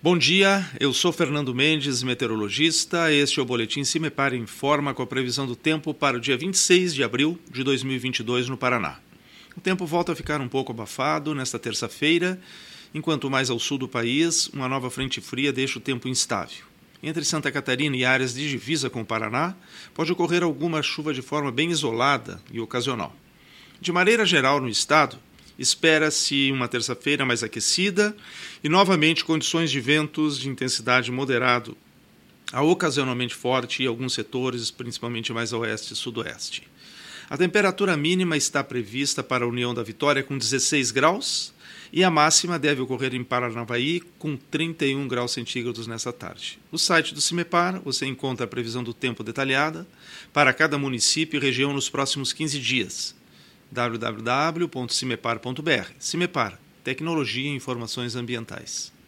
Bom dia, eu sou Fernando Mendes, meteorologista. Este é o Boletim CIMEPAR Informa com a previsão do tempo para o dia 26 de abril de 2022 no Paraná. O tempo volta a ficar um pouco abafado nesta terça-feira, enquanto mais ao sul do país, uma nova frente fria deixa o tempo instável. Entre Santa Catarina e áreas de divisa com o Paraná, pode ocorrer alguma chuva de forma bem isolada e ocasional. De maneira geral, no estado, espera-se uma terça-feira mais aquecida e, novamente, condições de ventos de intensidade moderado a ocasionalmente forte em alguns setores, principalmente mais a oeste e sudoeste. A temperatura mínima está prevista para a União da Vitória com 16 graus e a máxima deve ocorrer em Paranavaí com 31 graus centígrados nesta tarde. No site do CIMEPAR você encontra a previsão do tempo detalhada para cada município e região nos próximos 15 dias. www.cimepar.br. CIMEPAR, Tecnologia e Informações Ambientais.